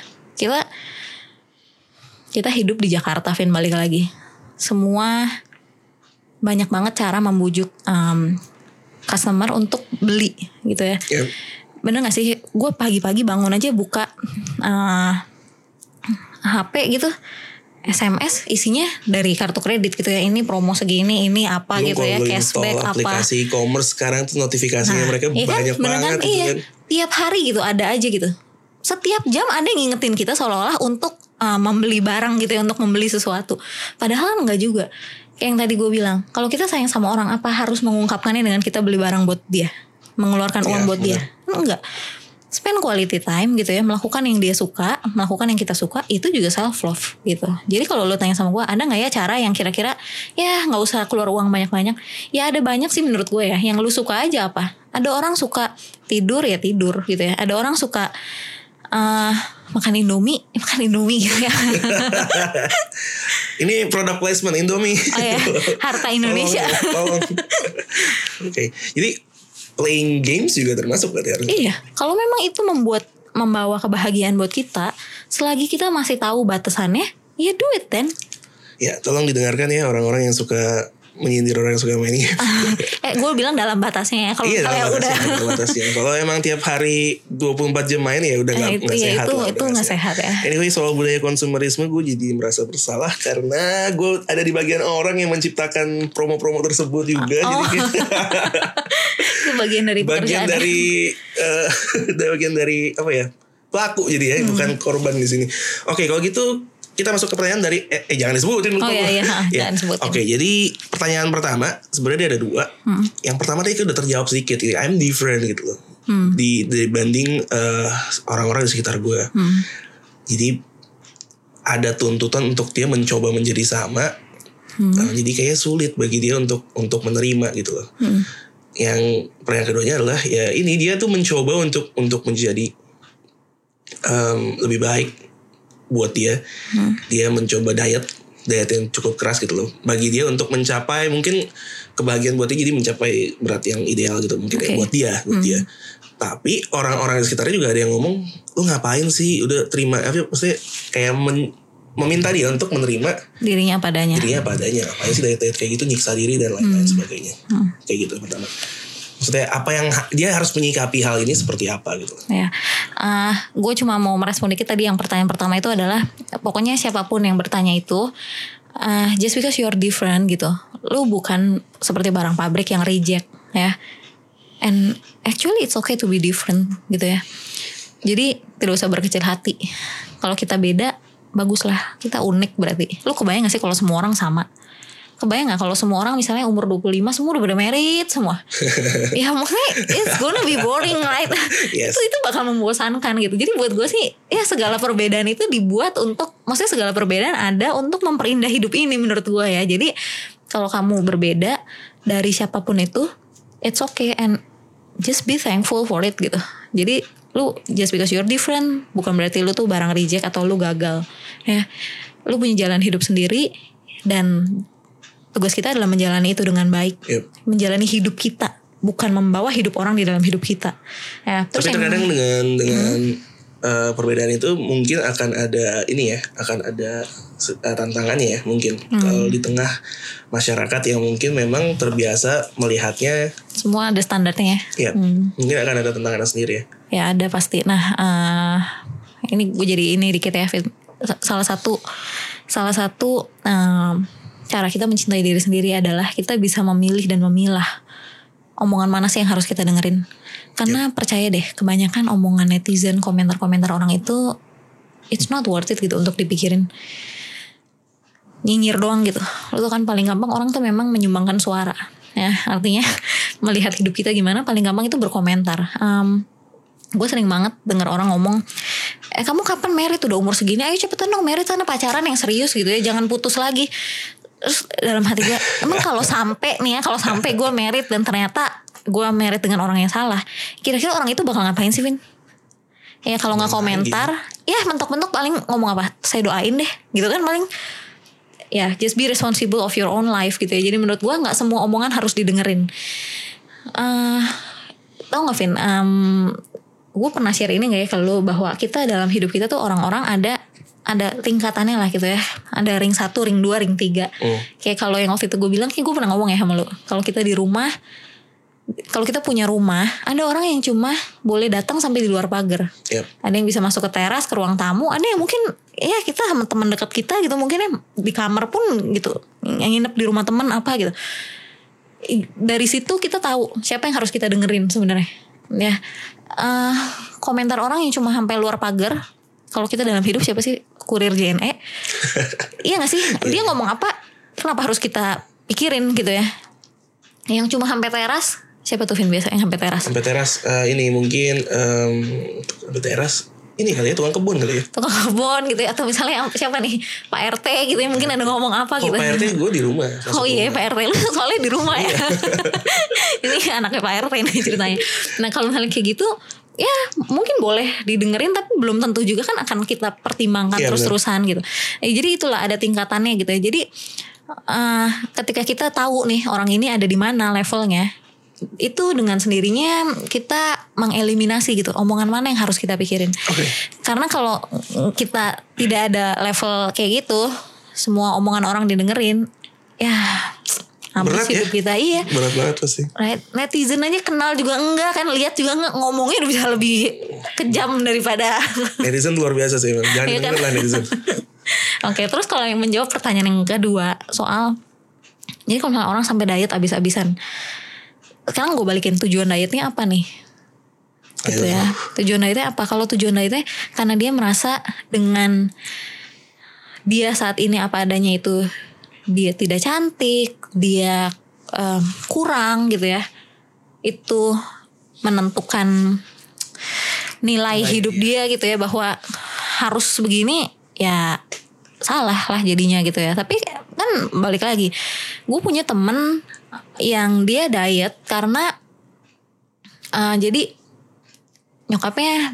Speaker 2: Kita hidup di Jakarta Vin, balik lagi. Semua banyak banget cara membujuk customer untuk beli gitu ya. Yep. Bener gak sih, gue pagi-pagi bangun aja buka HP gitu, SMS isinya dari kartu kredit gitu ya, ini promo segini, ini apa gitu ya, cashback apa.
Speaker 1: Aplikasi e-commerce sekarang tuh notifikasinya mereka banyak
Speaker 2: kan,
Speaker 1: banget
Speaker 2: kan, iya. Tiap hari gitu ada aja gitu. Setiap jam ada yang ngingetin kita seolah-olah untuk membeli barang gitu ya, untuk membeli sesuatu. Padahal enggak juga. Kayak yang tadi gue bilang, kalau kita sayang sama orang, apa harus mengungkapkannya dengan kita beli barang buat dia, mengeluarkan uang buat dia? Enggak. Spend quality time gitu ya, melakukan yang dia suka, melakukan yang kita suka, itu juga self love gitu. Jadi kalau lo tanya sama gue, ada nggak ya cara yang kira-kira ya nggak usah keluar uang banyak-banyak? Ya ada banyak sih menurut gue ya. Yang lo suka aja apa? Ada orang suka tidur ya tidur gitu ya. Ada orang suka makan Indomie gitu ya.
Speaker 1: Ini product placement Indomie.
Speaker 2: Oh ya, harta Indonesia.
Speaker 1: Oke. Jadi playing games juga termasuk berarti harus.
Speaker 2: Iya, kalau memang itu membawa kebahagiaan buat kita, selagi kita masih tahu batasannya, ya do it then.
Speaker 1: Ya, tolong didengarkan ya orang-orang yang suka menyindir orang yang suka main game.
Speaker 2: Gue bilang dalam batasnya ya. Kalau
Speaker 1: Iya,
Speaker 2: misalnya udah
Speaker 1: batasnya. Kalau emang tiap hari 24 jam main ya udah nggak sehat lah.
Speaker 2: Itu nggak sehat ya.
Speaker 1: Anyway, soal budaya konsumerisme gue jadi merasa bersalah karena gue ada di bagian orang yang menciptakan promo-promo tersebut juga. Jadi
Speaker 2: itu bagian dari pekerjaan.
Speaker 1: Bagian dari apa ya? Pelaku jadi ya, bukan korban di sini. Oke, kalau gitu kita masuk ke pertanyaan dari jangan disebutin lupa.
Speaker 2: Jangan sebutin.
Speaker 1: Oke, jadi pertanyaan pertama sebenarnya ada dua. Yang pertama tadi udah terjawab sedikit. I'm different gitu loh. Dibanding orang-orang di sekitar gue. Jadi ada tuntutan untuk dia mencoba menjadi sama. Jadi kayaknya sulit bagi dia untuk menerima gitu loh. Yang pertanyaan keduanya adalah ya ini dia tuh mencoba untuk menjadi lebih baik buat dia. Dia mencoba diet yang cukup keras gitu loh. Bagi dia untuk mencapai mungkin kebahagiaan buat dia, jadi mencapai berat yang ideal gitu mungkin kayak buat dia. Tapi orang-orang di sekitarnya juga ada yang ngomong, lu ngapain sih, udah terima, maksudnya kayak meminta dia untuk menerima
Speaker 2: dirinya padanya.
Speaker 1: Ngapain sih diet kayak gitu, nyiksa diri dan lain-lain sebagainya. Kayak gitu pertama. Maksudnya apa yang dia harus menyikapi hal ini seperti apa gitu.
Speaker 2: Ya, gue cuma mau merespon dikit tadi. Yang pertanyaan pertama itu adalah pokoknya siapapun yang bertanya itu, just because you're different gitu, lu bukan seperti barang pabrik yang reject ya. And actually it's okay to be different gitu ya. Jadi tidak usah berkecil hati. Kalau kita beda, baguslah, kita unik berarti. Lu kebayang gak sih kalau semua orang sama? Kebayang gak kalau semua orang misalnya umur 25 semua udah married semua? Ya maksudnya it's gonna be boring right? Yes. Itu bakal membosankan gitu. Jadi buat gue sih ya segala perbedaan itu dibuat untuk, maksudnya segala perbedaan ada untuk memperindah hidup ini menurut gue ya. Jadi kalau kamu berbeda dari siapapun itu, it's okay and just be thankful for it gitu. Jadi lu just because you're different bukan berarti lu tuh barang reject atau lu gagal ya. Lu punya jalan hidup sendiri dan tugas kita adalah menjalani itu dengan baik. Menjalani hidup kita, bukan membawa hidup orang di dalam hidup kita. Ya,
Speaker 1: tapi terkadang dengan perbedaan itu mungkin akan ada ini ya, akan ada tantangannya ya mungkin. Kalau di tengah masyarakat yang mungkin memang terbiasa melihatnya
Speaker 2: semua ada standarnya ya.
Speaker 1: Mungkin akan ada tantangan sendiri ya.
Speaker 2: Ya ada pasti. Nah ini gue jadi ini dikit ya, salah satu cara kita mencintai diri sendiri adalah kita bisa memilih dan memilah omongan mana sih yang harus kita dengerin. Karena percaya deh, kebanyakan omongan netizen, komentar-komentar orang itu it's not worth it gitu untuk dipikirin. Nyinyir doang gitu. Lo tuh kan paling gampang orang tuh memang menyumbangkan suara. Ya, artinya melihat hidup kita gimana paling gampang itu berkomentar. Gue sering banget denger orang ngomong, kamu kapan married, udah umur segini, ayo cepetan dong married sana, pacaran yang serius gitu ya, jangan putus lagi. Terus dalam hati gue, emang kalau sampai gue married dan ternyata gue married dengan orang yang salah, kira-kira orang itu bakal ngapain sih, Vin? Ya kalau nggak komentar, ya mentok-mentok paling ngomong apa? Saya doain deh, gitu kan paling. Ya, just be responsible of your own life gitu ya. Jadi menurut gue nggak semua omongan harus didengerin. Tau nggak, Vin? Gue pernah share ini gak ya ke lu, bahwa kita dalam hidup kita tuh orang-orang ada tingkatannya lah gitu ya. Ada ring 1, ring 2, ring 3. Kayak kalau yang waktu itu gue bilang, kayak gue pernah ngomong ya sama lu, kalau kita di rumah, kalau kita punya rumah, ada orang yang cuma boleh datang sampai di luar pagar. Ada yang bisa masuk ke teras, ke ruang tamu. Ada yang mungkin ya kita sama teman dekat kita gitu, mungkin ya di kamar pun gitu, yang nginep di rumah teman apa gitu. Dari situ kita tahu siapa yang harus kita dengerin sebenarnya. Ya, komentar orang yang cuma sampai luar pagar, kalau kita dalam hidup siapa sih? Kurir JNE. Iya gak sih? Dia ngomong apa, kenapa harus kita pikirin gitu ya? Yang cuma sampai teras, siapa tuh, Vin, biasa yang sampai teras? Sampai
Speaker 1: teras ini mungkin sampai teras ini kali ya, tukang kebun kali ya.
Speaker 2: Tukang kebun gitu ya. Atau misalnya siapa nih, Pak RT gitu ya, mungkin ada ngomong apa gitu.
Speaker 1: Pak RT gue di rumah.
Speaker 2: Oh iya, Pak RT lu soalnya di rumah ya. Ini anaknya Pak RT nih ceritanya. Nah kalau misalnya kayak gitu, ya mungkin boleh didengerin, tapi belum tentu juga kan akan kita pertimbangkan terus-terusan gitu. Jadi itulah ada tingkatannya gitu ya. Jadi ketika kita tahu nih orang ini ada di mana levelnya, itu dengan sendirinya kita mengeliminasi gitu omongan mana yang harus kita pikirin. Karena kalau kita tidak ada level kayak gitu, semua omongan orang didengerin, ya habis hidup kita. Iya.
Speaker 1: Berat banget pasti.
Speaker 2: Netizen aja kenal juga enggak kan, lihat juga enggak, ngomongnya udah bisa lebih kejam daripada
Speaker 1: netizen luar biasa sih emang. Jangan dengerin lah netizen.
Speaker 2: Oke, terus kalau yang menjawab pertanyaan yang kedua soal, jadi kalau misalnya orang sampai diet abis-abisan, sekarang gue balikin tujuan dietnya apa nih? Gitu ya. Tujuan dietnya apa? Kalau tujuan dietnya karena dia merasa dengan dia saat ini apa adanya itu, dia tidak cantik, dia kurang gitu ya, itu menentukan nilai hidup dia gitu ya, bahwa harus begini, ya salah lah jadinya gitu ya. Tapi kan balik lagi, gue punya temen yang dia diet karena jadi nyokapnya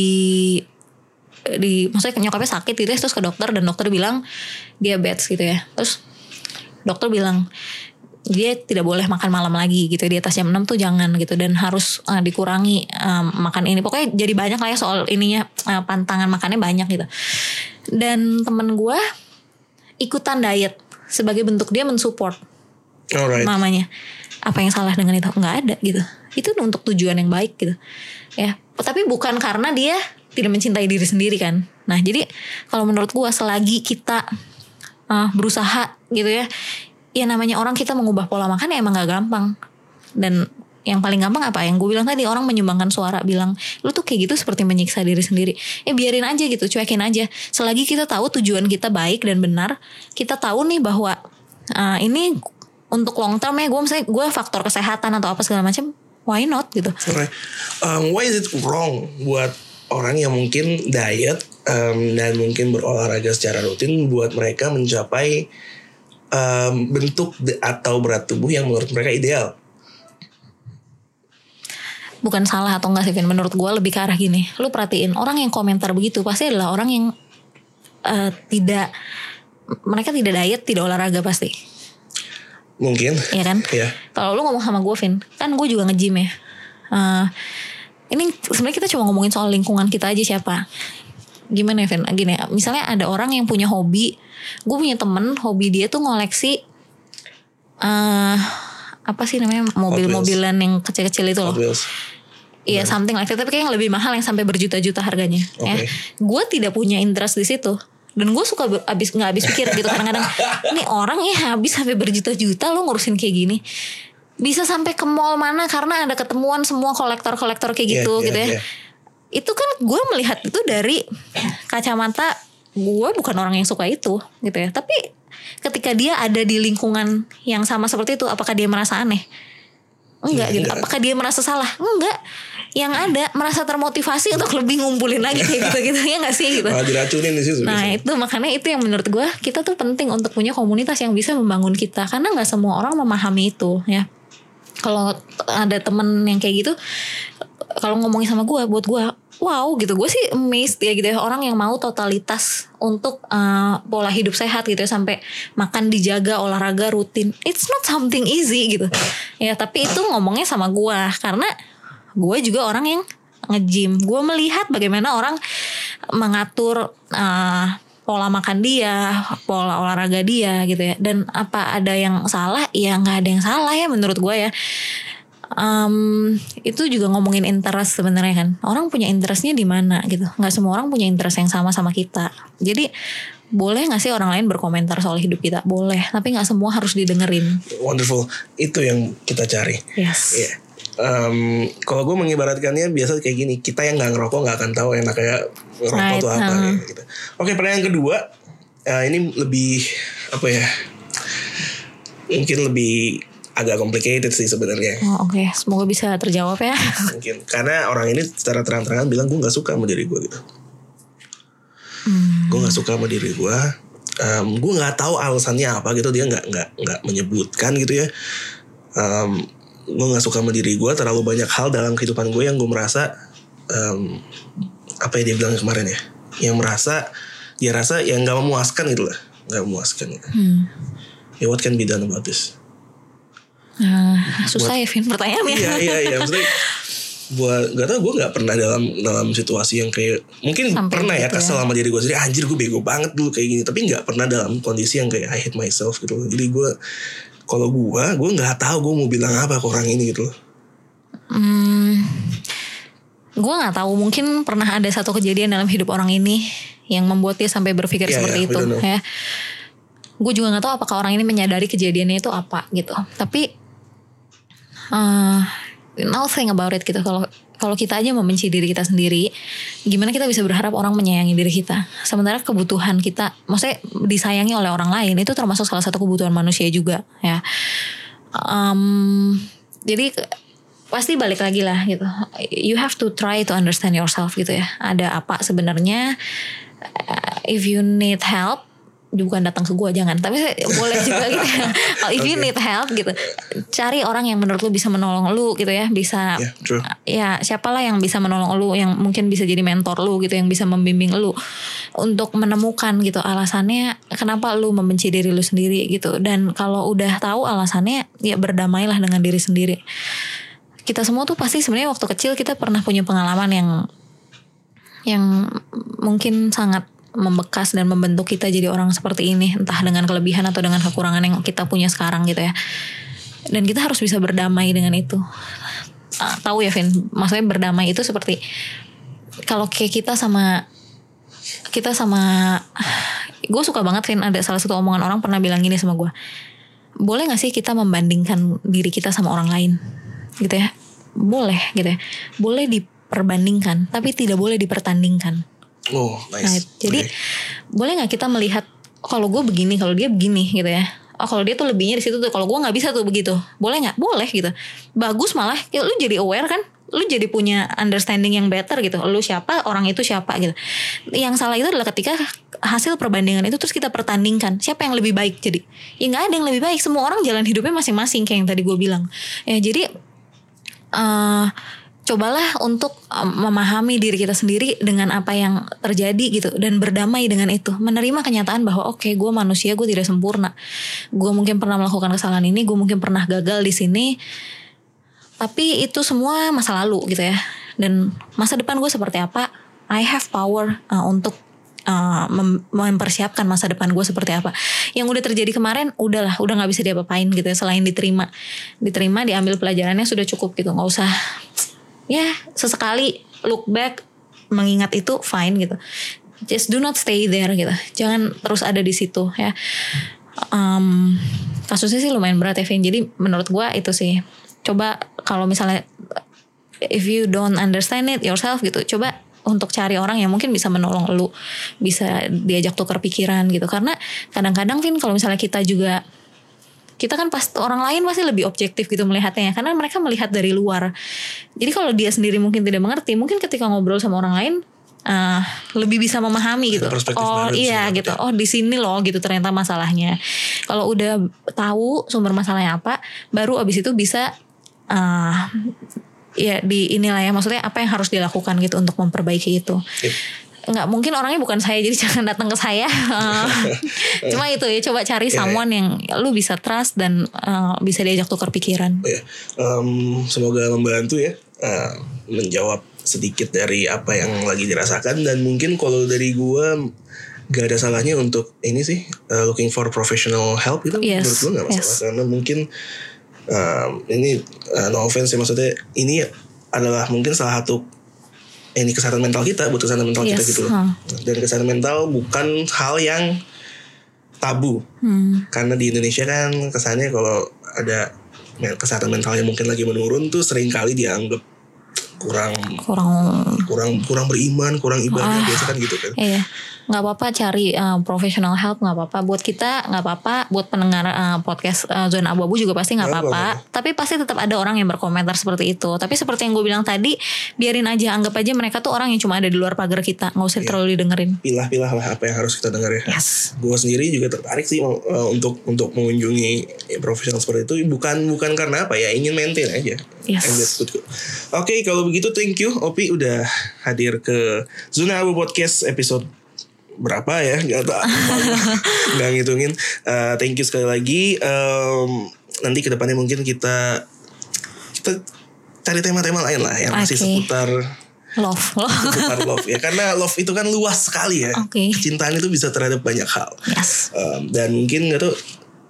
Speaker 2: maksudnya nyokapnya sakit gitu ya, terus ke dokter dan dokter bilang diabetes gitu ya. Terus dokter bilang dia tidak boleh makan malam lagi gitu, di atas jam 6 tuh jangan gitu, dan harus dikurangi makan ini. Pokoknya jadi banyak lah ya soal ininya, pantangan makannya banyak gitu. Dan temen gue ikutan diet sebagai bentuk dia mensupport mamanya. Apa yang salah dengan itu? Nggak ada gitu. Itu untuk tujuan yang baik gitu ya. Tapi bukan karena dia tidak mencintai diri sendiri kan. Nah jadi kalau menurut gue, selagi kita berusaha gitu ya namanya orang kita mengubah pola makan ya emang gak gampang. Dan yang paling gampang apa yang gue bilang tadi, orang menyumbangkan suara bilang lu tuh kayak gitu seperti menyiksa diri sendiri. Biarin aja gitu, cuekin aja. Selagi kita tahu tujuan kita baik dan benar, kita tahu nih bahwa ini untuk long term ya, gue faktor kesehatan atau apa segala macam, why not gitu.
Speaker 1: Why is it wrong buat orang yang mungkin diet dan mungkin berolahraga secara rutin buat mereka mencapai bentuk atau berat tubuh yang menurut mereka ideal?
Speaker 2: Bukan salah atau enggak sih, Vin. Menurut gue lebih ke arah gini. Lu perhatiin orang yang komentar begitu pasti adalah orang yang mereka tidak diet, tidak olahraga pasti.
Speaker 1: Mungkin.
Speaker 2: Iya kan?
Speaker 1: Iya.
Speaker 2: Kalau lu ngomong sama gue, Vin, kan gue juga nge-gym ya. Ini sebenarnya kita cuma ngomongin soal lingkungan kita aja siapa. Gimana ya, Vin? Gini, misalnya ada orang yang punya hobi. Gue punya temen, hobi dia tuh ngoleksi apa sih namanya, mobil-mobilan yang kecil-kecil itu loh. Iya, something like that. Tapi kayak yang lebih mahal, yang sampai berjuta-juta harganya. Ya. Gue tidak punya interest di situ. Dan gue suka nggak habis pikir gitu kadang-kadang. Ini orang ya habis sampai berjuta-juta lo ngurusin kayak gini. Bisa sampai ke mall mana karena ada ketemuan semua kolektor-kolektor kayak gitu gitu ya. Itu kan gue melihat itu dari kacamata gue bukan orang yang suka itu gitu ya. Tapi ketika dia ada di lingkungan yang sama seperti itu, apakah dia merasa aneh? Enggak gitu. Apakah dia merasa salah? Enggak. Yang ada merasa termotivasi untuk lebih ngumpulin lagi kayak gitu-gitu ya nggak sih gitu.
Speaker 1: Diracunin di situ.
Speaker 2: Nah itu makanya itu yang menurut gue kita tuh penting untuk punya komunitas yang bisa membangun kita, karena nggak semua orang memahami itu ya. Kalau ada temen yang kayak gitu, kalau ngomongin sama gue, buat gue wow gitu, gue sih amazed ya gitu ya, orang yang mau totalitas untuk pola hidup sehat gitu ya, sampai makan dijaga, olahraga rutin. It's not something easy gitu ya, tapi itu ngomongnya sama gue karena gue juga orang yang nge-gym. Gue melihat bagaimana orang mengatur pola makan dia, pola olahraga dia gitu ya. Dan apa ada yang salah? Ya gak ada yang salah ya menurut gue ya. Itu juga ngomongin interest sebenarnya kan. Orang punya interestnya di mana gitu. Gak semua orang punya interest yang sama kita. Jadi boleh gak sih orang lain berkomentar soal hidup kita? Boleh, tapi gak semua harus didengerin.
Speaker 1: Wonderful. Itu yang kita cari.
Speaker 2: Yes.
Speaker 1: Yeah. Kalau gue mengibaratkannya biasa kayak gini, kita yang nggak ngerokok nggak akan tahu enaknya ngerokok itu apa gitu. Oke, pertanyaan kedua, ini lebih apa ya? Mungkin lebih agak complicated sih sebenarnya.
Speaker 2: Oke. Semoga bisa terjawab ya.
Speaker 1: Mungkin karena orang ini secara terang-terangan bilang gue nggak suka sama diri gue gitu. Gue nggak suka sama diri gue. Gue nggak tahu alasannya apa gitu, dia nggak menyebutkan gitu ya. Gue gak suka sama diri gue, terlalu banyak hal dalam kehidupan gue yang gue merasa apa ya dia bilang kemarin ya, yang dia rasa yang gak memuaskan gitu lah, gak memuaskan gitu. Ya what can be done about this?
Speaker 2: Susah ya Vin pertanyaannya.
Speaker 1: Iya maksudnya gak tau, gue gak pernah dalam situasi yang kayak mungkin sampai pernah ya kesel sama diri gue sendiri, anjir gue bego banget dulu kayak gini, tapi gak pernah dalam kondisi yang kayak I hate myself gitu. Jadi gue Kalau gue nggak tahu gue mau bilang apa ke orang ini gitu loh.
Speaker 2: Gue nggak tahu, mungkin pernah ada satu kejadian dalam hidup orang ini yang membuat dia sampai berpikir seperti itu ya. Gue juga nggak tahu apakah orang ini menyadari kejadiannya itu apa gitu. Tapi now think about it gitu. Kalau kita aja membenci diri kita sendiri, gimana kita bisa berharap orang menyayangi diri kita? Sementara kebutuhan kita, maksudnya disayangi oleh orang lain, itu termasuk salah satu kebutuhan manusia juga ya. Jadi pasti balik lagi lah gitu. You have to try to understand yourself gitu ya. Ada apa sebenarnya? If you need help, bukan datang ke gue, jangan. Tapi boleh juga gitu ya. If you need help gitu, cari orang yang menurut lu bisa menolong lu gitu ya. Bisa ya siapalah yang bisa menolong lu, yang mungkin bisa jadi mentor lu gitu, yang bisa membimbing lu untuk menemukan gitu alasannya kenapa lu membenci diri lu sendiri gitu. Dan kalau udah tahu alasannya, ya berdamailah dengan diri sendiri. Kita semua tuh pasti sebenarnya waktu kecil kita pernah punya pengalaman yang mungkin sangat membekas dan membentuk kita jadi orang seperti ini, entah dengan kelebihan atau dengan kekurangan yang kita punya sekarang gitu ya. Dan kita harus bisa berdamai dengan itu. Tahu ya Vin, maksudnya berdamai itu seperti kalau kayak kita sama gue suka banget Vin, ada salah satu omongan orang pernah bilang gini sama gue, boleh gak sih kita membandingkan diri kita sama orang lain gitu ya? Boleh gitu ya, boleh diperbandingkan tapi tidak boleh dipertandingkan.
Speaker 1: Oh, nice.
Speaker 2: Nah, jadi boleh nggak kita melihat kalau gue begini, kalau dia begini gitu ya. Oh, kalau dia tuh lebihnya di situ tuh, kalau gue nggak bisa tuh begitu. Boleh nggak? Boleh gitu. Bagus malah. Ya, lu jadi aware kan? Lu jadi punya understanding yang better gitu. Lu siapa, orang itu siapa gitu. Yang salah itu adalah ketika hasil perbandingan itu terus kita pertandingkan. Siapa yang lebih baik jadi? Ya nggak ada yang lebih baik. Semua orang jalan hidupnya masing-masing kayak yang tadi gue bilang. Ya jadi cobalah untuk memahami diri kita sendiri dengan apa yang terjadi gitu, dan berdamai dengan itu, menerima kenyataan bahwa oke, gue manusia, gue tidak sempurna, gue mungkin pernah melakukan kesalahan ini, gue mungkin pernah gagal di sini, tapi itu semua masa lalu gitu ya. Dan masa depan gue seperti apa, I have power untuk mempersiapkan masa depan gue seperti apa. Yang udah terjadi kemarin udah nggak bisa diapa-apain gitu ya, selain diterima, diambil pelajarannya sudah cukup gitu. Nggak usah ya sesekali look back, mengingat itu fine gitu. Just do not stay there gitu. Jangan terus ada di situ ya. Kasusnya sih lumayan berat ya Vin. Jadi menurut gue itu sih, coba kalau misalnya if you don't understand it yourself gitu, coba untuk cari orang yang mungkin bisa menolong lu, bisa diajak tukar pikiran gitu. Karena kadang-kadang Vin, kalau misalnya kita kan pas orang lain pasti lebih objektif gitu melihatnya, karena mereka melihat dari luar. Jadi kalau dia sendiri mungkin tidak mengerti, mungkin ketika ngobrol sama orang lain lebih bisa memahami gitu. Oh iya gitu. Oh di sini loh gitu ternyata masalahnya. Kalau udah tahu sumber masalahnya apa, baru abis itu bisa ya di inilah ya, maksudnya apa yang harus dilakukan gitu untuk memperbaiki itu. Nggak mungkin orangnya bukan saya, jadi jangan datang ke saya. Cuma itu ya, coba cari someone yang lu bisa trust dan bisa diajak tukar pikiran.
Speaker 1: Semoga membantu ya, menjawab sedikit dari apa yang lagi dirasakan. Dan mungkin kalau dari gue gak ada salahnya untuk ini sih, looking for professional help itu. Menurut gue gak masalah. Karena mungkin ini no offense ya, maksudnya ini adalah mungkin salah satu ini kesehatan mental kita, butuh kesehatan mental kita gitu loh. Dan kesehatan mental bukan hal yang tabu. Karena di Indonesia kan kesannya kalau ada kesehatan mentalnya mungkin lagi menurun tuh seringkali dianggap kurang beriman, kurang ibadah, biasa kan gitu kan.
Speaker 2: Iya. Nggak apa-apa cari professional help, nggak apa-apa. Buat kita nggak apa-apa, buat pendengar podcast Zona Abu-Abu juga pasti nggak apa-apa. Tapi pasti tetap ada orang yang berkomentar seperti itu. Tapi seperti yang gue bilang tadi, biarin aja, anggap aja mereka tuh orang yang cuma ada di luar pagar kita, nggak usah terlalu didengerin.
Speaker 1: Pilah-pilah lah apa yang harus kita dengar ya.
Speaker 2: Yes.
Speaker 1: Gue sendiri juga tertarik sih untuk mengunjungi profesional seperti itu, bukan karena apa ya, ingin maintain aja.
Speaker 2: Yes.
Speaker 1: Oke, kalau begitu thank you Opi udah hadir ke Zona Abu Podcast episode berapa ya, nggak ngitungin. Thank you sekali lagi. Nanti kedepannya mungkin kita cari tema-tema lain lah yang masih seputar love ya, karena love itu kan luas sekali ya. Kecintaan itu bisa terhadap banyak hal.
Speaker 2: Yes.
Speaker 1: Dan mungkin nggak tuh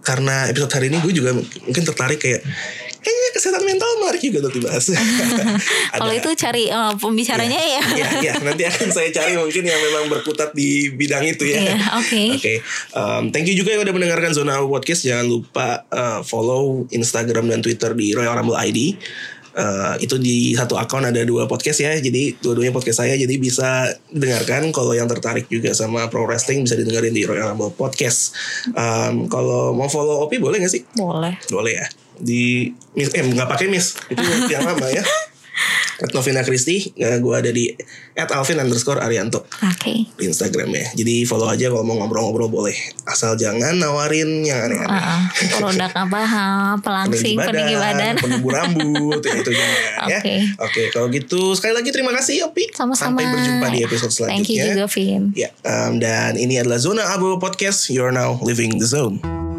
Speaker 1: karena episode hari ini gue juga mungkin tertarik kayaknya kesehatan mental menarik juga untuk dibahas.
Speaker 2: Kalau itu cari pembicaranya ya.
Speaker 1: Iya, nanti akan saya cari mungkin yang memang berkutat di bidang itu ya. Oke. Thank you juga yang udah mendengarkan Zona Abu Podcast. Jangan lupa follow Instagram dan Twitter di Royal Rumble ID. Itu di satu akun ada 2 podcast ya. Jadi dua-duanya podcast saya. Jadi bisa dengarkan. Kalau yang tertarik juga sama pro wrestling bisa didengarin di Royal Rumble Podcast. Kalau mau follow Opi boleh gak sih? Boleh ya. Di nggak pakai Miss itu yang lama ya. Novina Christy, gue ada di @alvin_arianto di Instagramnya. Jadi follow aja kalau mau ngobrol-ngobrol boleh. Asal jangan nawarin yang aneh-aneh.
Speaker 2: Produk apa? Pelangsing, peninggi badan,
Speaker 1: penumbuh rambut, ya itu jangan ya. Oke, kalau gitu sekali lagi terima kasih Opi.
Speaker 2: Sama-sama.
Speaker 1: Sampai berjumpa di episode selanjutnya.
Speaker 2: Thank you juga Vin.
Speaker 1: Ya, dan ini adalah Zona Abu Podcast. You're now living the zone.